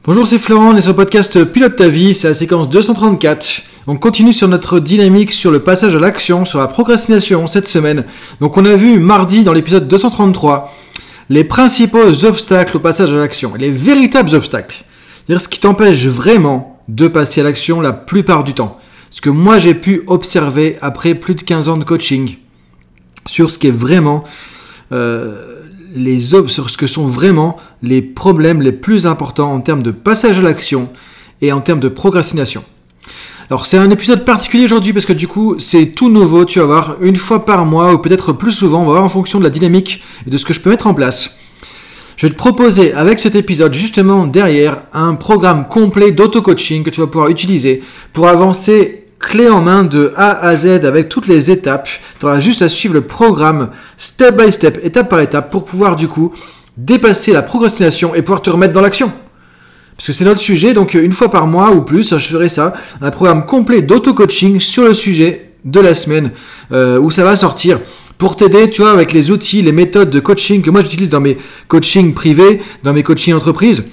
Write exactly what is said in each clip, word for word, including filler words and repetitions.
Bonjour, c'est Florent, on est sur le podcast Pilote ta vie, c'est la séquence deux cent trente-quatre. On continue sur notre dynamique sur le passage à l'action, sur la procrastination cette semaine. Donc on a vu mardi dans l'épisode deux cent trente-trois les principaux obstacles au passage à l'action, les véritables obstacles. C'est-à-dire ce qui t'empêche vraiment de passer à l'action la plupart du temps. Ce que moi j'ai pu observer après plus de quinze ans de coaching sur ce qui est vraiment... Euh, Les ob- sur ce que sont vraiment les problèmes les plus importants en termes de passage à l'action et en termes de procrastination. Alors c'est un épisode particulier aujourd'hui parce que du coup c'est tout nouveau, tu vas voir, une fois par mois ou peut-être plus souvent, on va voir en fonction de la dynamique et de ce que je peux mettre en place. Je vais te proposer avec cet épisode justement derrière un programme complet d'auto-coaching que tu vas pouvoir utiliser pour avancer clé en main de A à Z avec toutes les étapes. Tu auras juste à suivre le programme step by step, étape par étape pour pouvoir du coup dépasser la procrastination et pouvoir te remettre dans l'action. Parce que c'est notre sujet, donc une fois par mois ou plus, je ferai ça, un programme complet d'auto-coaching sur le sujet de la semaine euh, où ça va sortir pour t'aider, tu vois, avec les outils, les méthodes de coaching que moi j'utilise dans mes coachings privés, dans mes coachings entreprises,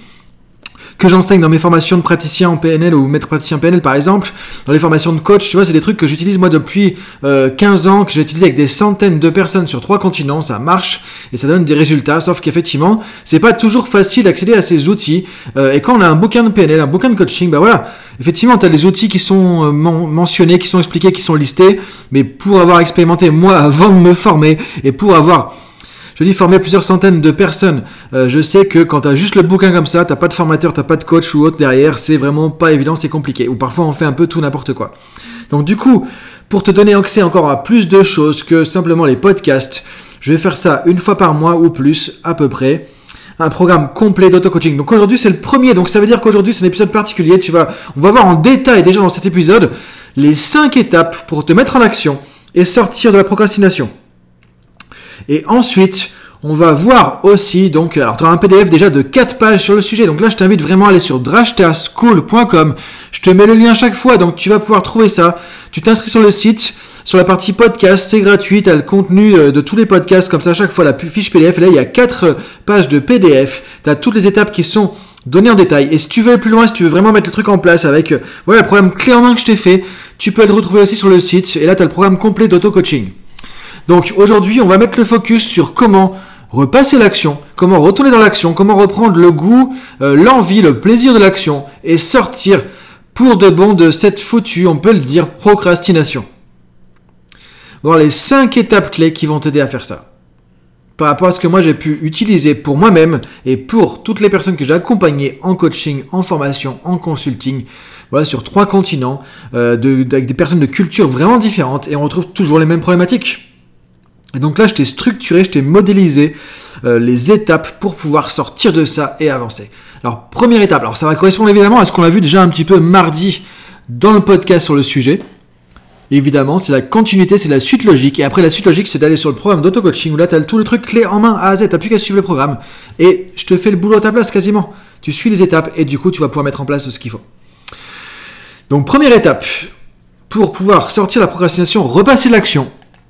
que j'enseigne dans mes formations de praticien en P N L ou maître praticien P N L par exemple, dans les formations de coach, tu vois, c'est des trucs que j'utilise moi depuis euh, quinze ans, que j'ai utilisé avec des centaines de personnes sur trois continents, ça marche et ça donne des résultats, sauf qu'effectivement, c'est pas toujours facile d'accéder à ces outils, euh, et quand on a un bouquin de P N L, un bouquin de coaching, bah voilà, effectivement, tu as les outils qui sont euh, men- mentionnés, qui sont expliqués, qui sont listés, mais pour avoir expérimenté moi avant de me former et pour avoir... Je dis former plusieurs centaines de personnes. Euh, je sais que quand tu as juste le bouquin comme ça, tu n'as pas de formateur, tu n'as pas de coach ou autre derrière, c'est vraiment pas évident, c'est compliqué. Ou parfois on fait un peu tout n'importe quoi. Donc du coup, pour te donner accès encore à plus de choses que simplement les podcasts, je vais faire ça une fois par mois ou plus à peu près. Un programme complet d'auto-coaching. Donc aujourd'hui c'est le premier, donc ça veut dire qu'aujourd'hui c'est un épisode particulier. Tu vas, on va voir en détail déjà dans cet épisode les cinq étapes pour te mettre en action et sortir de la procrastination. Et ensuite, on va voir aussi, donc, alors tu as un P D F déjà de quatre pages sur le sujet, donc là je t'invite vraiment à aller sur drashta school point com, je te mets le lien chaque fois, donc tu vas pouvoir trouver ça, tu t'inscris sur le site, sur la partie podcast, c'est gratuit, tu as le contenu de tous les podcasts, comme ça à chaque fois la fiche P D F, et là il y a quatre pages de P D F, tu as toutes les étapes qui sont données en détail, et si tu veux aller plus loin, si tu veux vraiment mettre le truc en place avec, voilà, le programme clé en main que je t'ai fait, tu peux le retrouver aussi sur le site, et là tu as le programme complet d'auto-coaching. Donc aujourd'hui, on va mettre le focus sur comment repasser l'action, comment retourner dans l'action, comment reprendre le goût, euh, l'envie, le plaisir de l'action et sortir pour de bon de cette foutue, on peut le dire, procrastination. Voir les cinq étapes clés qui vont t'aider à faire ça. Par rapport à ce que moi j'ai pu utiliser pour moi-même et pour toutes les personnes que j'ai accompagnées en coaching, en formation, en consulting, voilà, sur trois continents, euh, de, avec des personnes de cultures vraiment différentes et on retrouve toujours les mêmes problématiques. Et donc là, je t'ai structuré, je t'ai modélisé euh, les étapes pour pouvoir sortir de ça et avancer. Alors, première étape, alors ça va correspondre évidemment à ce qu'on a vu déjà un petit peu mardi dans le podcast sur le sujet. Évidemment, c'est la continuité, c'est la suite logique. Et après, la suite logique, c'est d'aller sur le programme d'auto-coaching où là, tu as tout le truc clé en main A à Z. Tu n'as plus qu'à suivre le programme. Et je te fais le boulot à ta place quasiment. Tu suis les étapes et du coup, tu vas pouvoir mettre en place ce qu'il faut. Donc, première étape, pour pouvoir sortir de la procrastination, repasser de l'action.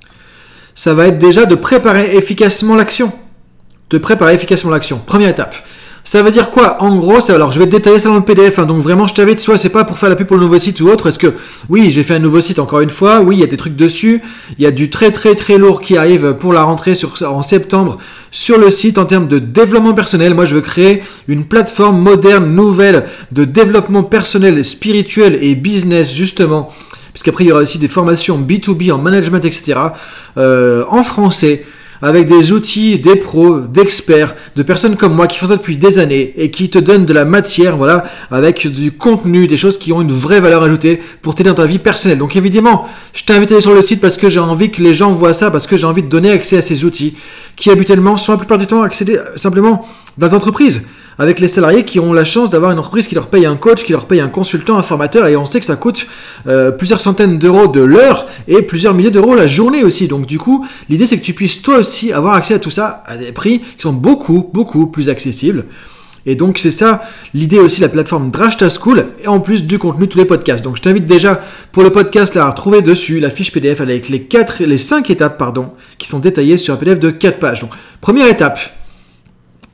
Ça va être déjà de préparer efficacement l'action. De préparer efficacement l'action. Première étape. Ça veut dire quoi ? En gros, ça, alors je vais te détailler ça dans le P D F. Hein, donc vraiment, je t'invite, soit c'est pas pour faire la pub pour le nouveau site ou autre. Parce que oui, j'ai fait un nouveau site encore une fois. Oui, il y a des trucs dessus. Il y a du très très très lourd qui arrive pour la rentrée sur, en septembre sur le site en termes de développement personnel. Moi, je veux créer une plateforme moderne, nouvelle de développement personnel, spirituel et business justement. Puisqu'après, il y aura aussi des formations B deux B en management, et cetera, euh, en français, avec des outils, des pros, d'experts, de personnes comme moi qui font ça depuis des années et qui te donnent de la matière, voilà, avec du contenu, des choses qui ont une vraie valeur ajoutée pour t'aider dans ta vie personnelle. Donc évidemment, je t'ai invité sur le site parce que j'ai envie que les gens voient ça, parce que j'ai envie de donner accès à ces outils qui habituellement sont la plupart du temps accédés simplement dans les entreprises. Avec les salariés qui ont la chance d'avoir une entreprise qui leur paye un coach, qui leur paye un consultant, un formateur, et on sait que ça coûte euh, plusieurs centaines d'euros de l'heure et plusieurs milliers d'euros la journée aussi. Donc du coup, l'idée c'est que tu puisses toi aussi avoir accès à tout ça à des prix qui sont beaucoup, beaucoup plus accessibles. Et donc c'est ça l'idée aussi de la plateforme Drashta School, et en plus du contenu de tous les podcasts. Donc je t'invite déjà pour le podcast là à retrouver dessus la fiche P D F avec les quatre, les cinq étapes pardon, qui sont détaillées sur un P D F de quatre pages. Donc première étape,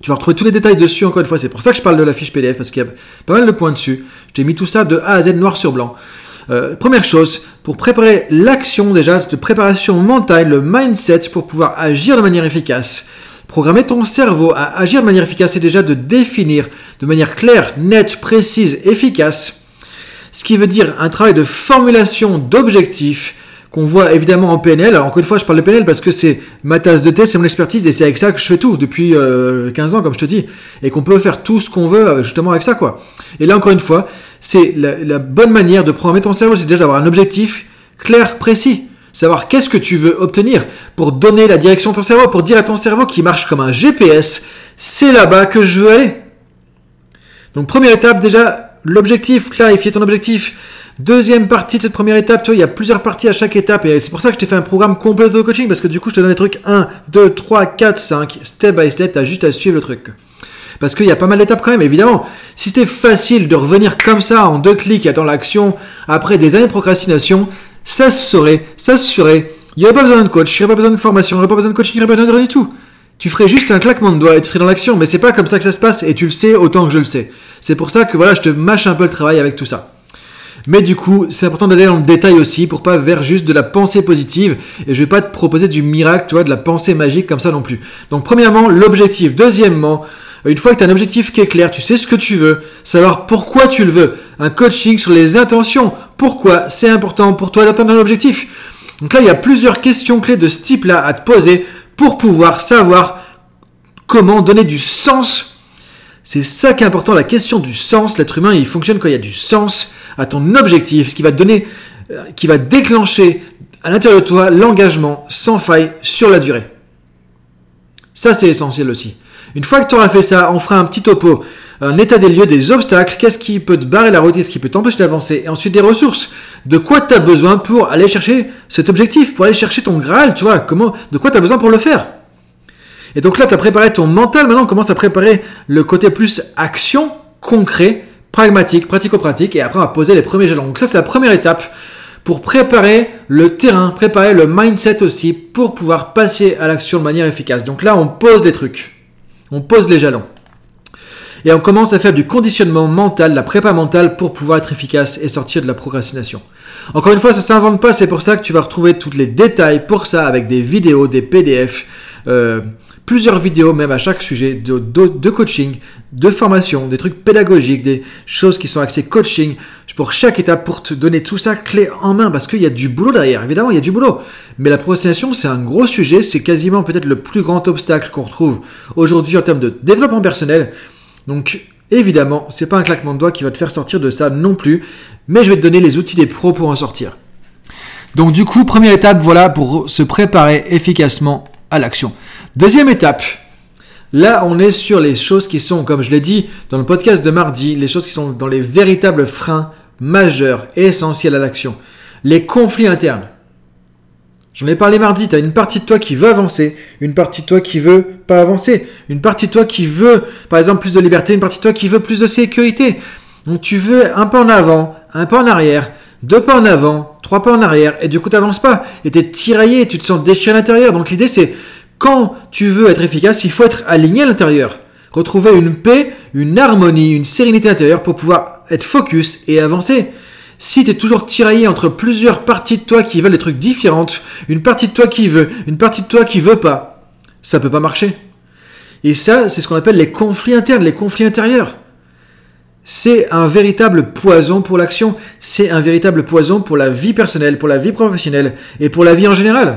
Tu vas retrouver tous les détails dessus, encore une fois. C'est pour ça que je parle de la fiche P D F, parce qu'il y a pas mal de points dessus. Je t'ai mis tout ça de A à Z, noir sur blanc. Euh, première chose, pour préparer l'action déjà, de préparation mentale, le mindset pour pouvoir agir de manière efficace. Programmer ton cerveau à agir de manière efficace, c'est déjà de définir de manière claire, nette, précise, efficace. Ce qui veut dire un travail de formulation d'objectifs qu'on voit évidemment en P N L. Alors encore une fois, je parle de P N L parce que c'est ma tasse de thé, c'est mon expertise et c'est avec ça que je fais tout depuis euh, quinze ans, comme je te dis. Et qu'on peut faire tout ce qu'on veut justement avec ça, quoi. Et là, encore une fois, c'est la, la bonne manière de programmer ton cerveau, c'est déjà d'avoir un objectif clair, précis. Savoir qu'est-ce que tu veux obtenir pour donner la direction à ton cerveau, pour dire à ton cerveau qui marche comme un G P S, c'est là-bas que je veux aller. Donc première étape, déjà, l'objectif, clarifier ton objectif. Deuxième partie de cette première étape, tu vois, il y a plusieurs parties à chaque étape et c'est pour ça que je t'ai fait un programme complet de coaching parce que du coup, je te donne les trucs un, deux, trois, quatre, cinq, step by step, tu as juste à suivre le truc. Parce qu'il y a pas mal d'étapes quand même, évidemment. Si c'était facile de revenir comme ça en deux clics et dans l'action après des années de procrastination, ça se saurait, ça se ferait. Il n'y aurait pas besoin de coach, il n'y aurait pas besoin de formation, il n'y aurait pas besoin de coaching, il n'y aurait pas besoin de rien du tout. Tu ferais juste un claquement de doigts et tu serais dans l'action, mais c'est pas comme ça que ça se passe et tu le sais autant que je le sais. C'est pour ça que voilà, je te mâche un peu le travail avec tout ça. Mais du coup, c'est important d'aller dans le détail aussi pour pas faire juste de la pensée positive et je vais pas te proposer du miracle, tu vois, de la pensée magique comme ça non plus. Donc premièrement, l'objectif. Deuxièmement, une fois que tu as un objectif qui est clair, tu sais ce que tu veux, savoir pourquoi tu le veux. Un coaching sur les intentions. Pourquoi c'est important pour toi d'atteindre un objectif. Donc là, il y a plusieurs questions clés de ce type-là à te poser pour pouvoir savoir comment donner du sens. C'est ça qui est important, la question du sens. L'être humain, il fonctionne quand il y a du sens à ton objectif, ce qui va te donner, qui va déclencher à l'intérieur de toi l'engagement sans faille sur la durée. Ça, c'est essentiel aussi. Une fois que tu auras fait ça, on fera un petit topo, un état des lieux, des obstacles, qu'est-ce qui peut te barrer la route, qu'est-ce qui peut t'empêcher d'avancer, et ensuite des ressources. De quoi tu as besoin pour aller chercher cet objectif, pour aller chercher ton Graal, tu vois, comment, de quoi tu as besoin pour le faire. Et donc là, tu as préparé ton mental, maintenant on commence à préparer le côté plus action, concret, pragmatique, pratico-pratique, et après on va poser les premiers jalons. Donc ça, c'est la première étape pour préparer le terrain, préparer le mindset aussi, pour pouvoir passer à l'action de manière efficace. Donc là, on pose les trucs. On pose les jalons. Et on commence à faire du conditionnement mental, la prépa mentale pour pouvoir être efficace et sortir de la procrastination. Encore une fois, ça ne s'invente pas, c'est pour ça que tu vas retrouver tous les détails pour ça avec des vidéos, des P D F, euh, plusieurs vidéos même à chaque sujet de, de, de coaching, de formation, des trucs pédagogiques, des choses qui sont axées coaching pour chaque étape pour te donner tout ça clé en main parce qu'il y a du boulot derrière. Évidemment, il y a du boulot. Mais la procrastination, c'est un gros sujet. C'est quasiment peut-être le plus grand obstacle qu'on retrouve aujourd'hui en termes de développement personnel. Donc, évidemment, c'est pas un claquement de doigts qui va te faire sortir de ça non plus. Mais je vais te donner les outils des pros pour en sortir. Donc, du coup, première étape, voilà, pour se préparer efficacement à l'action. Deuxième étape. Là, on est sur les choses qui sont, comme je l'ai dit dans le podcast de mardi, les choses qui sont dans les véritables freins majeurs et essentiels à l'action. Les conflits internes. J'en ai parlé mardi, tu as une partie de toi qui veut avancer, une partie de toi qui veut pas avancer, une partie de toi qui veut, par exemple, plus de liberté, une partie de toi qui veut plus de sécurité. Donc tu veux un pas en avant, un pas en arrière, deux pas en avant, trois pas en arrière, et du coup tu n'avances pas. Et tu es tiraillé, tu te sens déchiré à l'intérieur. Donc l'idée c'est, quand tu veux être efficace, il faut être aligné à l'intérieur. Retrouver une paix, une harmonie, une sérénité intérieure pour pouvoir être focus et avancer. Si tu es toujours tiraillé entre plusieurs parties de toi qui veulent des trucs différents, une partie de toi qui veut, une partie de toi qui veut pas, ça peut pas marcher. Et ça, c'est ce qu'on appelle les conflits internes, les conflits intérieurs. C'est un véritable poison pour l'action. C'est un véritable poison pour la vie personnelle, pour la vie professionnelle et pour la vie en général.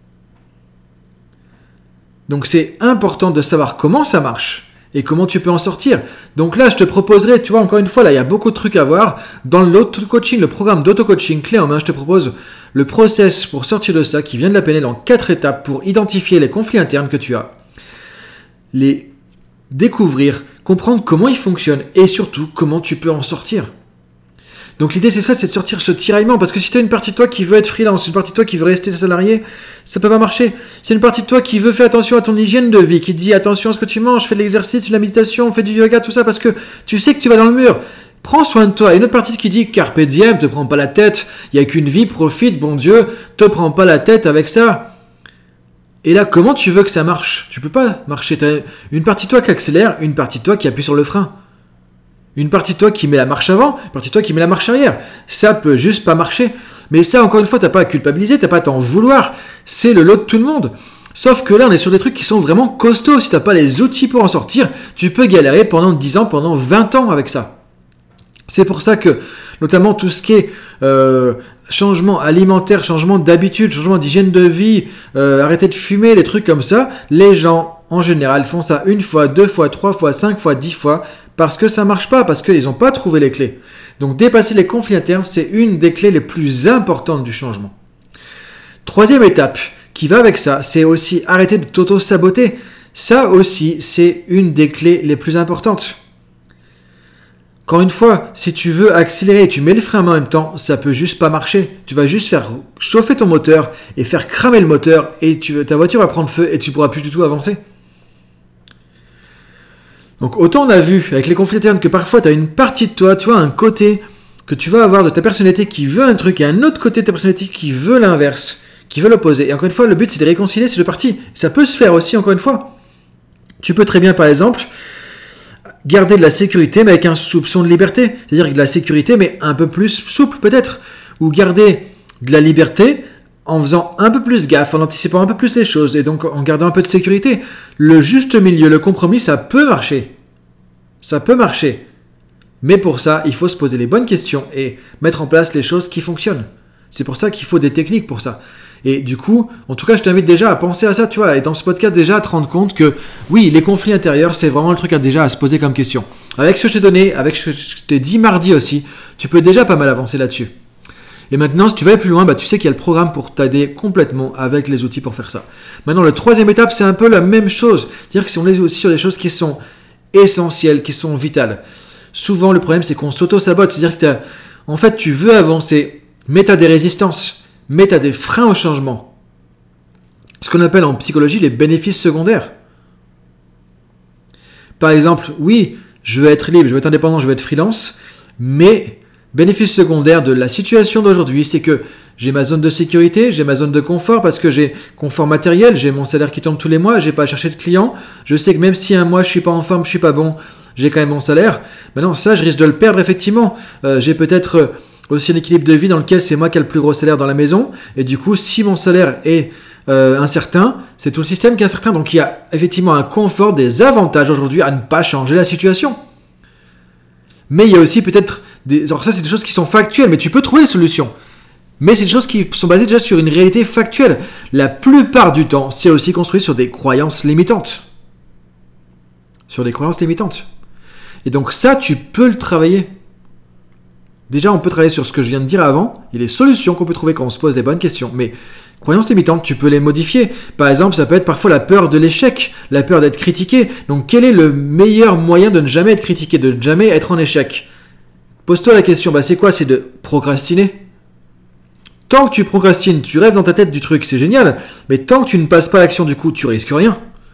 Donc c'est important de savoir comment ça marche et comment tu peux en sortir. Donc là, je te proposerai, tu vois, encore une fois, là, il y a beaucoup de trucs à voir. Dans l'auto-coaching, le programme d'auto-coaching clé en main, je te propose le process pour sortir de ça qui vient de la P N L en quatre étapes pour identifier les conflits internes que tu as, les découvrir, comprendre comment ils fonctionnent et surtout comment tu peux en sortir. Donc l'idée c'est ça, c'est de sortir ce tiraillement, parce que si tu as une partie de toi qui veut être freelance, une partie de toi qui veut rester salarié, ça peut pas marcher. Si une partie de toi qui veut faire attention à ton hygiène de vie, qui te dit attention à ce que tu manges, fais de l'exercice, fais de la méditation, fais du yoga, tout ça, parce que tu sais que tu vas dans le mur. Prends soin de toi. Et une autre partie qui dit carpe diem, te prends pas la tête, il n'y a qu'une vie, profite, bon Dieu, te prends pas la tête avec ça. Et là, comment tu veux que ça marche ? Tu peux pas marcher. Tu as une partie de toi qui accélère, une partie de toi qui appuie sur le frein. Une partie de toi qui met la marche avant, une partie de toi qui met la marche arrière. Ça peut juste pas marcher. Mais ça, encore une fois, t'as pas à culpabiliser, t'as pas à t'en vouloir. C'est le lot de tout le monde. Sauf que là, on est sur des trucs qui sont vraiment costauds. Si t'as pas les outils pour en sortir, tu peux galérer pendant dix ans, pendant vingt ans avec ça. C'est pour ça que, notamment tout ce qui est euh, changement alimentaire, changement d'habitude, changement d'hygiène de vie, euh, arrêter de fumer, les trucs comme ça, les gens, en général, font ça une fois, deux fois, trois fois, cinq fois, dix fois, parce que ça marche pas, parce qu'ils n'ont pas trouvé les clés. Donc dépasser les conflits internes, c'est une des clés les plus importantes du changement. Troisième étape qui va avec ça, c'est aussi arrêter de t'auto-saboter. Ça aussi, c'est une des clés les plus importantes. Encore une fois, si tu veux accélérer et tu mets le frein en même temps, ça peut juste pas marcher. Tu vas juste faire chauffer ton moteur et faire cramer le moteur et tu, ta voiture va prendre feu et tu pourras plus du tout avancer. Donc autant on a vu avec les conflits internes que parfois tu as une partie de toi, tu vois, un côté que tu vas avoir de ta personnalité qui veut un truc et un autre côté de ta personnalité qui veut l'inverse, qui veut l'opposer. Et encore une fois, le but c'est de réconcilier ces deux parties. Ça peut se faire aussi, encore une fois. Tu peux très bien, par exemple, garder de la sécurité mais avec un soupçon de liberté. C'est-à-dire de la sécurité mais un peu plus souple peut-être. Ou garder de la liberté en faisant un peu plus gaffe, en anticipant un peu plus les choses et donc en gardant un peu de sécurité. Le juste milieu, le compromis, ça peut marcher. Ça peut marcher. Mais pour ça, il faut se poser les bonnes questions et mettre en place les choses qui fonctionnent. C'est pour ça qu'il faut des techniques pour ça. Et du coup, en tout cas, je t'invite déjà à penser à ça, tu vois, et dans ce podcast déjà à te rendre compte que oui, les conflits intérieurs, c'est vraiment le truc à déjà à se poser comme question. Avec ce que je t'ai donné, avec ce que je t'ai dit mardi aussi, tu peux déjà pas mal avancer là-dessus. Et maintenant, si tu veux aller plus loin, bah, tu sais qu'il y a le programme pour t'aider complètement avec les outils pour faire ça. Maintenant, la troisième étape, c'est un peu la même chose. C'est-à-dire que si on est aussi sur des choses qui sont essentielles, qui sont vitales. Souvent, le problème, c'est qu'on s'auto-sabote. C'est-à-dire que t'as, en fait, tu veux avancer, mais tu as des résistances, mais tu as des freins au changement. Ce qu'on appelle en psychologie les bénéfices secondaires. Par exemple, oui, je veux être libre, je veux être indépendant, je veux être freelance, mais bénéfice secondaire de la situation d'aujourd'hui, c'est que j'ai ma zone de sécurité, j'ai ma zone de confort parce que j'ai confort matériel, j'ai mon salaire qui tombe tous les mois, j'ai pas à chercher de clients, je sais que même si un mois je suis pas en forme, je suis pas bon, j'ai quand même mon salaire. Maintenant ça, je risque de le perdre effectivement. Euh, j'ai peut-être aussi un équilibre de vie dans lequel c'est moi qui ai le plus gros salaire dans la maison et du coup, si mon salaire est euh, incertain, c'est tout le système qui est incertain. Donc il y a effectivement un confort, des avantages aujourd'hui à ne pas changer la situation. Mais il y a aussi peut-être des... Alors ça, c'est des choses qui sont factuelles, mais tu peux trouver des solutions. Mais c'est des choses qui sont basées déjà sur une réalité factuelle. La plupart du temps, c'est aussi construit sur des croyances limitantes. Sur des croyances limitantes. Et donc ça, tu peux le travailler. Déjà, on peut travailler sur ce que je viens de dire avant, et les solutions qu'on peut trouver quand on se pose les bonnes questions. Mais croyances limitantes, tu peux les modifier. Par exemple, ça peut être parfois la peur de l'échec, la peur d'être critiqué. Donc quel est le meilleur moyen de ne jamais être critiqué, de ne jamais être en échec ? Pose-toi la question, bah c'est quoi ? C'est de procrastiner. Tant que tu procrastines, tu rêves dans ta tête du truc, c'est génial, mais tant que tu ne passes pas à l'action, du coup, tu risques rien.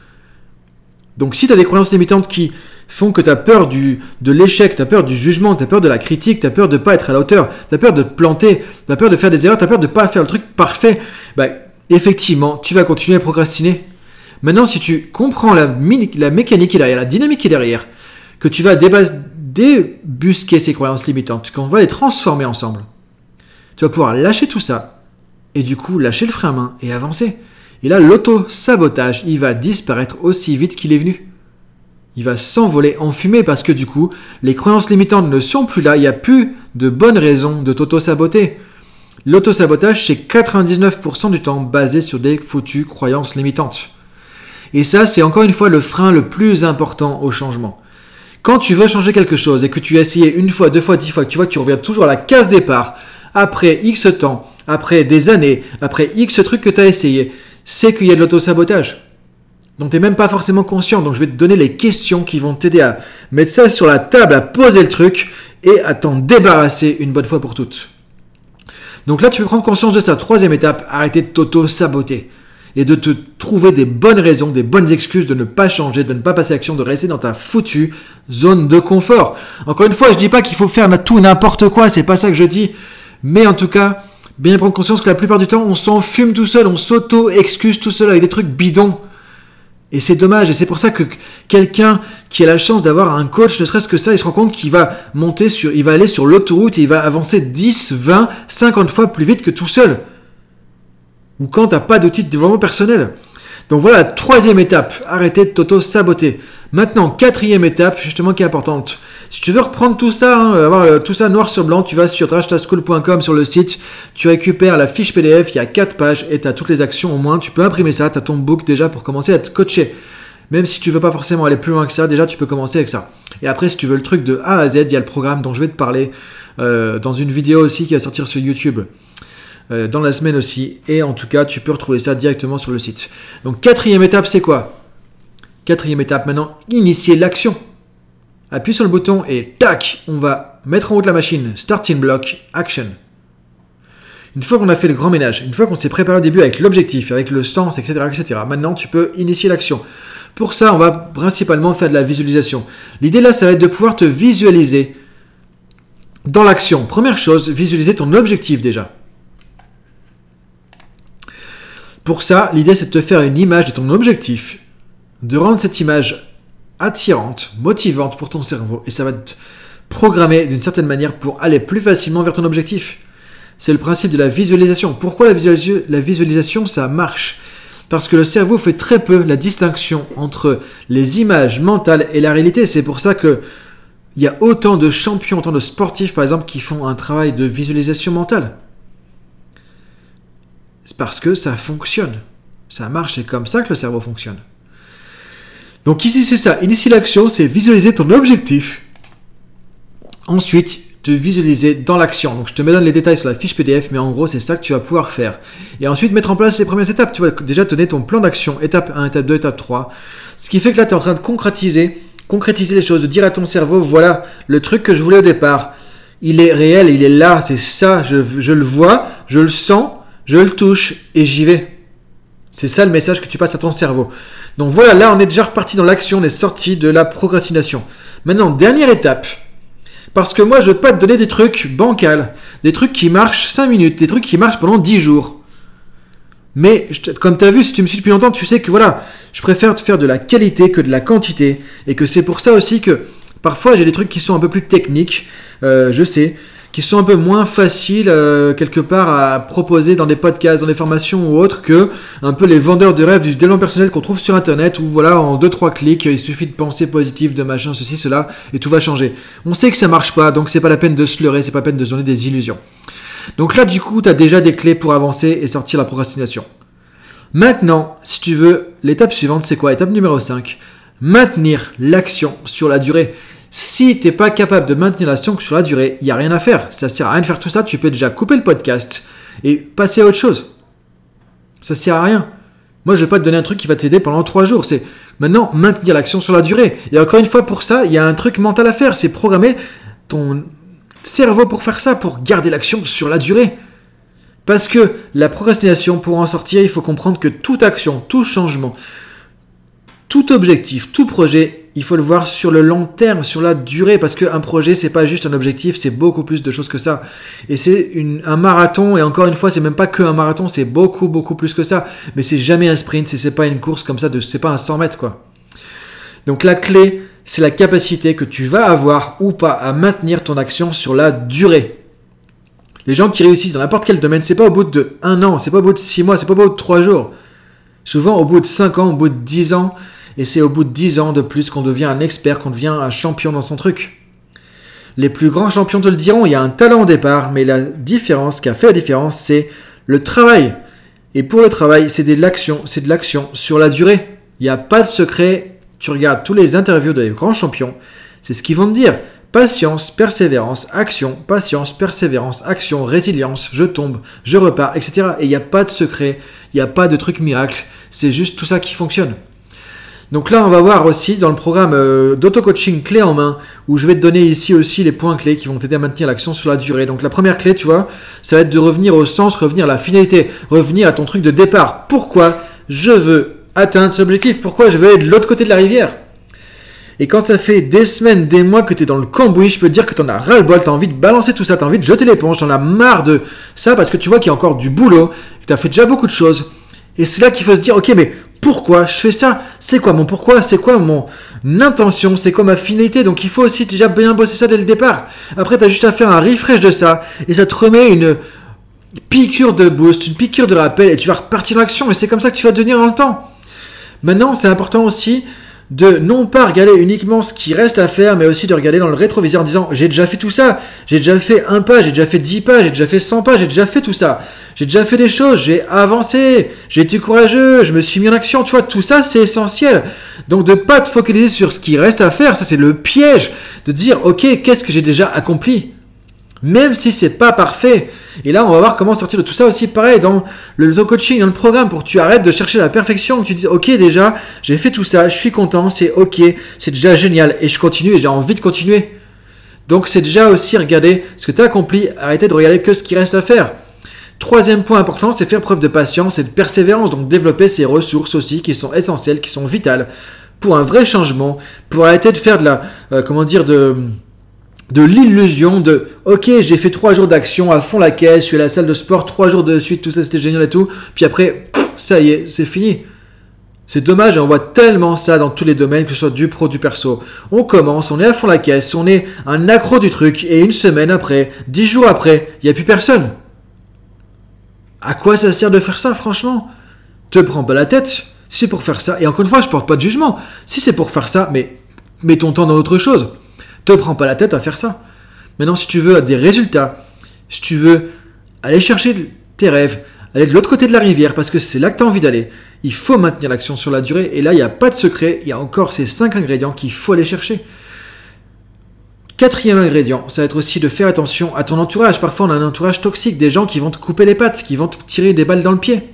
Donc si tu as des croyances limitantes qui font que tu as peur du, de l'échec, tu as peur du jugement, tu as peur de la critique, tu as peur de ne pas être à la hauteur, tu as peur de te planter, tu as peur de faire des erreurs, tu as peur de ne pas faire le truc parfait, bah, effectivement, tu vas continuer à procrastiner. Maintenant, si tu comprends la, la mécanique qui est derrière, la dynamique qui est derrière, que tu vas déba- débusquer ces croyances limitantes, qu'on va les transformer ensemble, tu vas pouvoir lâcher tout ça et du coup lâcher le frein à main et avancer. Et là, l'auto-sabotage, il va disparaître aussi vite qu'il est venu. Il va s'envoler en fumée parce que du coup, les croyances limitantes ne sont plus là. Il n'y a plus de bonnes raisons de t'auto-saboter. L'auto-sabotage, c'est quatre-vingt-dix-neuf pour cent du temps basé sur des foutues croyances limitantes. Et ça, c'est encore une fois le frein le plus important au changement. Quand tu veux changer quelque chose et que tu as essayé une fois, deux fois, dix fois, que tu vois que tu reviens toujours à la case départ, après X temps, après des années, après X trucs que tu as essayé, c'est qu'il y a de l'auto-sabotage. Donc tu n'es même pas forcément conscient. Donc je vais te donner les questions qui vont t'aider à mettre ça sur la table, à poser le truc et à t'en débarrasser une bonne fois pour toutes. Donc là, tu peux prendre conscience de ça. Troisième étape, arrêter de t'auto-saboter et de te trouver des bonnes raisons, des bonnes excuses de ne pas changer, de ne pas passer à l'action, de rester dans ta foutue zone de confort. Encore une fois, je ne dis pas qu'il faut faire tout n'importe quoi, c'est pas ça que je dis. Mais en tout cas, bien prendre conscience que la plupart du temps, on s'en fume tout seul, on s'auto-excuse tout seul avec des trucs bidons. Et c'est dommage, et c'est pour ça que quelqu'un qui a la chance d'avoir un coach, ne serait-ce que ça, il se rend compte qu'il va monter sur, il va aller sur l'autoroute et il va avancer dix, vingt, cinquante fois plus vite que tout seul. Ou quand t'as pas d'outil de développement personnel. Donc voilà la troisième étape, arrêter de t'auto-saboter. Maintenant, quatrième étape, justement qui est importante. Si tu veux reprendre tout ça, hein, avoir tout ça noir sur blanc, tu vas sur drashtaschool point com sur le site, tu récupères la fiche P D F, il y a quatre pages et tu as toutes les actions au moins. Tu peux imprimer ça, tu as ton book déjà pour commencer à te coacher. Même si tu veux pas forcément aller plus loin que ça, déjà tu peux commencer avec ça. Et après, si tu veux le truc de A à Z, il y a le programme dont je vais te parler euh, dans une vidéo aussi qui va sortir sur YouTube. Euh, dans la semaine aussi, et en tout cas tu peux retrouver ça directement sur le site. Donc quatrième étape, c'est quoi? Quatrième étape maintenant, initier l'action. Appuie sur le bouton et tac, on va mettre en route la machine, starting block, action. Une fois qu'on a fait le grand ménage, une fois qu'on s'est préparé au début avec l'objectif, avec le sens, et cetera, et cetera, maintenant tu peux initier l'action. Pour ça, on va principalement faire de la visualisation. L'idée là, ça va être de pouvoir te visualiser dans l'action. Première chose, visualiser ton objectif déjà. Pour ça, l'idée c'est de te faire une image de ton objectif, de rendre cette image attirante, motivante pour ton cerveau, et ça va te programmer d'une certaine manière pour aller plus facilement vers ton objectif. C'est le principe de la visualisation. Pourquoi la, visualis- la visualisation, ça marche? Parce que le cerveau fait très peu la distinction entre les images mentales et la réalité. C'est pour ça que il y a autant de champions, autant de sportifs par exemple qui font un travail de visualisation mentale. C'est parce que ça fonctionne. Ça marche, c'est comme ça que le cerveau fonctionne. Donc ici, c'est ça. Initier l'action, c'est visualiser ton objectif. Ensuite, te visualiser dans l'action. Donc je te donne les détails sur la fiche P D F, mais en gros, c'est ça que tu vas pouvoir faire. Et ensuite, mettre en place les premières étapes. Tu vas déjà te donner ton plan d'action, étape un, étape deux, étape trois. Ce qui fait que là, tu es en train de concrétiser, concrétiser les choses, de dire à ton cerveau, voilà, le truc que je voulais au départ, il est réel, il est là, c'est ça, je, je le vois, je le sens, je le touche et j'y vais. C'est ça le message que tu passes à ton cerveau. Donc voilà, là on est déjà reparti dans l'action, on est sorti de la procrastination. Maintenant, dernière étape. Parce que moi je veux pas te donner des trucs bancals, des trucs qui marchent cinq minutes, des trucs qui marchent pendant dix jours. Mais comme tu as vu, si tu me suis depuis longtemps, tu sais que voilà, je préfère te faire de la qualité que de la quantité. Et que c'est pour ça aussi que parfois j'ai des trucs qui sont un peu plus techniques, euh, je sais, qui sont un peu moins faciles euh, quelque part à proposer dans des podcasts, dans des formations ou autres que un peu les vendeurs de rêves du développement personnel qu'on trouve sur internet où voilà, en deux trois clics, il suffit de penser positif, de machin, ceci, cela, et tout va changer. On sait que ça marche pas, donc c'est pas la peine de se leurrer, c'est pas la peine de se donner des illusions. Donc là, du coup, tu as déjà des clés pour avancer et sortir la procrastination. Maintenant, si tu veux, l'étape suivante, c'est quoi? Étape numéro cinq, maintenir l'action sur la durée. Si tu n'es pas capable de maintenir l'action sur la durée, il n'y a rien à faire. Ça ne sert à rien de faire tout ça. Tu peux déjà couper le podcast et passer à autre chose. Ça ne sert à rien. Moi, je ne vais pas te donner un truc qui va t'aider pendant trois jours. C'est maintenant maintenir l'action sur la durée. Et encore une fois, pour ça, il y a un truc mental à faire. C'est programmer ton cerveau pour faire ça, pour garder l'action sur la durée. Parce que la procrastination, pour en sortir, il faut comprendre que toute action, tout changement, tout objectif, tout projet, il faut le voir sur le long terme, sur la durée, parce qu'un projet, c'est pas juste un objectif, c'est beaucoup plus de choses que ça. Et c'est une, un marathon, et encore une fois, c'est même pas que un marathon, c'est beaucoup, beaucoup plus que ça. Mais c'est jamais un sprint, c'est, c'est pas une course comme ça, de, c'est pas un cent mètres, quoi. Donc la clé, c'est la capacité que tu vas avoir ou pas à maintenir ton action sur la durée. Les gens qui réussissent dans n'importe quel domaine, c'est pas au bout de un an, c'est pas au bout de six mois, c'est pas au bout de trois jours. Souvent au bout de cinq ans, au bout de dix ans, et c'est au bout de dix ans de plus qu'on devient un expert, qu'on devient un champion dans son truc. Les plus grands champions te le diront, il y a un talent au départ, mais la différence, ce qui a fait la différence, c'est le travail. Et pour le travail, c'est de l'action, c'est de l'action sur la durée. Il n'y a pas de secret. Tu regardes tous les interviews des grands champions, c'est ce qu'ils vont te dire. Patience, persévérance, action, patience, persévérance, action, résilience, je tombe, je repars, et cetera. Et il n'y a pas de secret, il n'y a pas de truc miracle, c'est juste tout ça qui fonctionne. Donc là, on va voir aussi dans le programme euh, d'auto-coaching clé en main, où je vais te donner ici aussi les points clés qui vont t'aider à maintenir l'action sur la durée. Donc la première clé, tu vois, ça va être de revenir au sens, revenir à la finalité, revenir à ton truc de départ. Pourquoi je veux atteindre cet objectif? Pourquoi je veux aller de l'autre côté de la rivière? Et quand ça fait des semaines, des mois que tu es dans le cambouis, je peux te dire que tu en as ras-le-bol, tu as envie de balancer tout ça, tu as envie de jeter l'éponge, tu en as marre de ça parce que tu vois qu'il y a encore du boulot, que tu as fait déjà beaucoup de choses. Et c'est là qu'il faut se dire, ok, mais pourquoi je fais ça? C'est quoi mon pourquoi? C'est quoi mon intention? C'est quoi ma finalité? Donc il faut aussi déjà bien bosser ça dès le départ. Après, tu as juste à faire un refresh de ça et ça te remet une piqûre de boost, une piqûre de rappel et tu vas repartir dans l'action et c'est comme ça que tu vas devenir dans le temps. Maintenant, c'est important aussi de non pas regarder uniquement ce qui reste à faire, mais aussi de regarder dans le rétroviseur en disant j'ai déjà fait tout ça, j'ai déjà fait un pas, j'ai déjà fait dix pas, j'ai déjà fait cent pas, j'ai déjà fait tout ça, j'ai déjà fait des choses, j'ai avancé, j'ai été courageux, je me suis mis en action, tu vois, tout ça c'est essentiel. Donc de ne pas te focaliser sur ce qui reste à faire, ça c'est le piège, de dire ok, qu'est-ce que j'ai déjà accompli ? Même si c'est pas parfait. Et là, on va voir comment sortir de tout ça aussi. Pareil, dans le auto-coaching, dans le programme, pour que tu arrêtes de chercher la perfection, que tu dises, ok, déjà, j'ai fait tout ça, je suis content, c'est ok, c'est déjà génial, et je continue, et j'ai envie de continuer. Donc, c'est déjà aussi regarder ce que tu as accompli, arrêter de regarder que ce qui reste à faire. Troisième point important, c'est faire preuve de patience et de persévérance, donc développer ces ressources aussi qui sont essentielles, qui sont vitales pour un vrai changement, pour arrêter de faire de la, euh, comment dire, de... de l'illusion de ok, j'ai fait trois jours d'action à fond la caisse, je suis à la salle de sport trois jours de suite, tout ça c'était génial et tout, puis après pff, ça y est, c'est fini. C'est dommage, on voit tellement ça dans tous les domaines, que ce soit du pro, du perso. On commence, on est à fond la caisse, on est un accro du truc et une semaine après, dix jours après, il n'y a plus personne. À quoi ça sert de faire ça, franchement ? Te prends pas la tête, si c'est pour faire ça, et encore une fois je porte pas de jugement, si c'est pour faire ça, mais mets ton temps dans autre chose. Te prends pas la tête à faire ça. Maintenant, si tu veux des résultats, si tu veux aller chercher tes rêves, aller de l'autre côté de la rivière, parce que c'est là que tu as envie d'aller, il faut maintenir l'action sur la durée. Et là, il n'y a pas de secret. Il y a encore ces cinq ingrédients qu'il faut aller chercher. Quatrième ingrédient, ça va être aussi de faire attention à ton entourage. Parfois, on a un entourage toxique, des gens qui vont te couper les pattes, qui vont te tirer des balles dans le pied,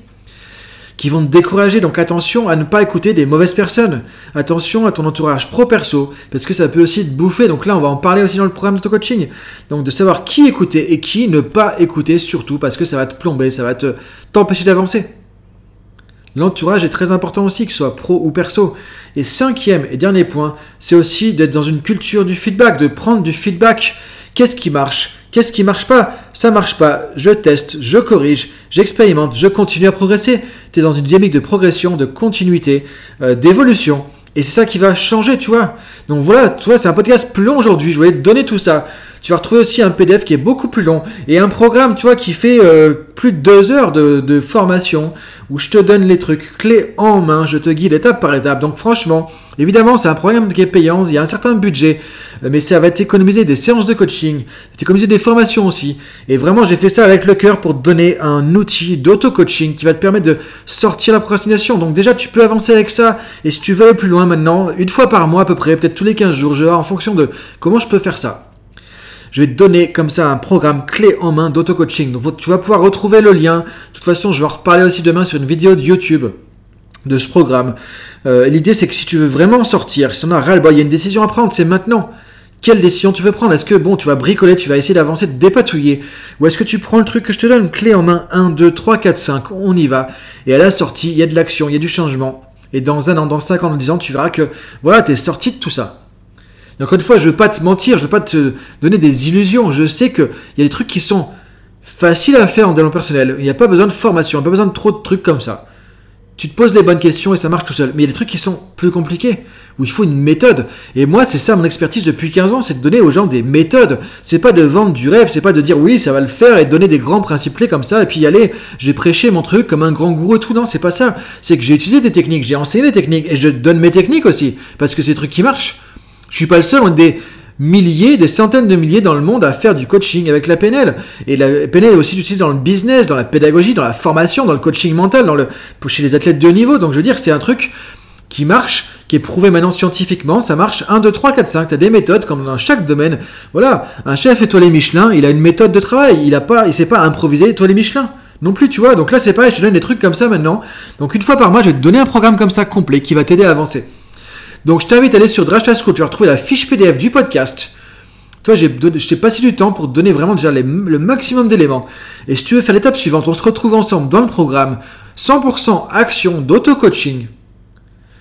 qui vont te décourager. Donc attention à ne pas écouter des mauvaises personnes. Attention à ton entourage pro-perso, parce que ça peut aussi te bouffer. Donc là, on va en parler aussi dans le programme d'auto-coaching. Donc de savoir qui écouter et qui ne pas écouter, surtout, parce que ça va te plomber, ça va te, t'empêcher d'avancer. L'entourage est très important aussi, que ce soit pro ou perso. Et cinquième et dernier point, c'est aussi d'être dans une culture du feedback, de prendre du feedback. Qu'est-ce qui marche ? Qu'est-ce qui marche pas ? Ça marche pas, je teste, je corrige, j'expérimente, je continue à progresser. Tu es dans une dynamique de progression, de continuité, euh, d'évolution. Et c'est ça qui va changer, tu vois. Donc voilà, tu vois, c'est un podcast plus long aujourd'hui. Je voulais te donner tout ça. Tu vas retrouver aussi un P D F qui est beaucoup plus long et un programme, tu vois, qui fait euh, plus de deux heures de, de formation où je te donne les trucs clés en main, je te guide étape par étape. Donc franchement, évidemment, c'est un programme qui est payant, il y a un certain budget, mais ça va t'économiser des séances de coaching, t'économiser des formations aussi. Et vraiment, j'ai fait ça avec le cœur pour te donner un outil d'auto-coaching qui va te permettre de sortir la procrastination. Donc déjà, tu peux avancer avec ça. Et si tu veux aller plus loin maintenant, une fois par mois à peu près, peut-être tous les quinze jours, je vais voir en fonction de comment je peux faire ça. Je vais te donner comme ça un programme clé en main d'auto-coaching. Donc tu vas pouvoir retrouver le lien. De toute façon, je vais en reparler aussi demain sur une vidéo de YouTube de ce programme. Euh, l'idée, c'est que si tu veux vraiment sortir, si on a ras-le-bol, il y a une décision à prendre, c'est maintenant. Quelle décision tu veux prendre ? Est-ce que bon, tu vas bricoler, tu vas essayer d'avancer, de dépatouiller ? Ou est-ce que tu prends le truc que je te donne, clé en main, un, deux, trois, quatre, cinq, on y va. Et à la sortie, il y a de l'action, il y a du changement. Et dans un an, dans cinq ans, dans dix ans, tu verras que voilà, tu es sorti de tout ça. Et encore une fois, je ne veux pas te mentir, je ne veux pas te donner des illusions. Je sais qu'il y a des trucs qui sont faciles à faire en développement personnel. Il n'y a pas besoin de formation, il n'y a pas besoin de trop de trucs comme ça. Tu te poses les bonnes questions et ça marche tout seul. Mais il y a des trucs qui sont plus compliqués, où il faut une méthode. Et moi, c'est ça mon expertise depuis quinze ans, c'est de donner aux gens des méthodes. C'est pas de vendre du rêve, c'est pas de dire oui, ça va le faire et de donner des grands principes clés comme ça et puis y aller. J'ai prêché mon truc comme un grand gourou et tout. Non, c'est pas ça. C'est que j'ai utilisé des techniques, j'ai enseigné des techniques et je donne mes techniques aussi parce que c'est des trucs qui marchent. Je suis pas le seul, on est des milliers, des centaines de milliers dans le monde à faire du coaching avec la P N L. Et la P N L est aussi utilisée dans le business, dans la pédagogie, dans la formation, dans le coaching mental, dans le, chez les athlètes de haut niveau. Donc je veux dire, c'est un truc qui marche, qui est prouvé maintenant scientifiquement. Ça marche un, deux, trois, quatre, cinq. Tu as des méthodes comme dans chaque domaine. Voilà, un chef étoilé Michelin, il a une méthode de travail. Il a pas, il sait pas improviser étoilé Michelin. Non plus, tu vois. Donc là, c'est pareil, je te donne des trucs comme ça maintenant. Donc une fois par mois, je vais te donner un programme comme ça complet qui va t'aider à avancer. Donc je t'invite à aller sur Drashta School, tu vas retrouver la fiche P D F du podcast. Toi, j'ai donné, je t'ai passé du temps pour te donner vraiment déjà les, le maximum d'éléments. Et si tu veux faire l'étape suivante, on se retrouve ensemble dans le programme cent pour cent action d'auto-coaching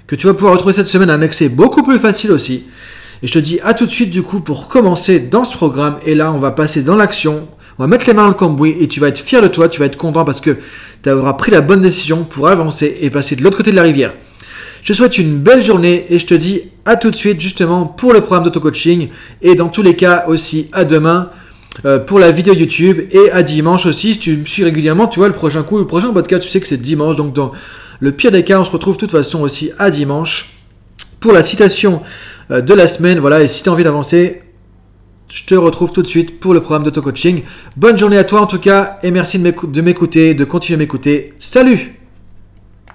que tu vas pouvoir retrouver cette semaine à un accès beaucoup plus facile aussi. Et je te dis à tout de suite du coup pour commencer dans ce programme. Et là, on va passer dans l'action. On va mettre les mains dans le cambouis et tu vas être fier de toi, tu vas être content parce que tu auras pris la bonne décision pour avancer et passer de l'autre côté de la rivière. Je te souhaite une belle journée et je te dis à tout de suite justement pour le programme d'auto-coaching et dans tous les cas aussi à demain euh, pour la vidéo YouTube et à dimanche aussi. Si tu me suis régulièrement, tu vois le prochain coup, le prochain podcast, tu sais que c'est dimanche. Donc dans le pire des cas, on se retrouve de toute façon aussi à dimanche pour la citation euh, de la semaine. Voilà, et si tu as envie d'avancer, je te retrouve tout de suite pour le programme d'auto-coaching. Bonne journée à toi en tout cas et merci de m'écouter, de continuer à m'écouter. Salut!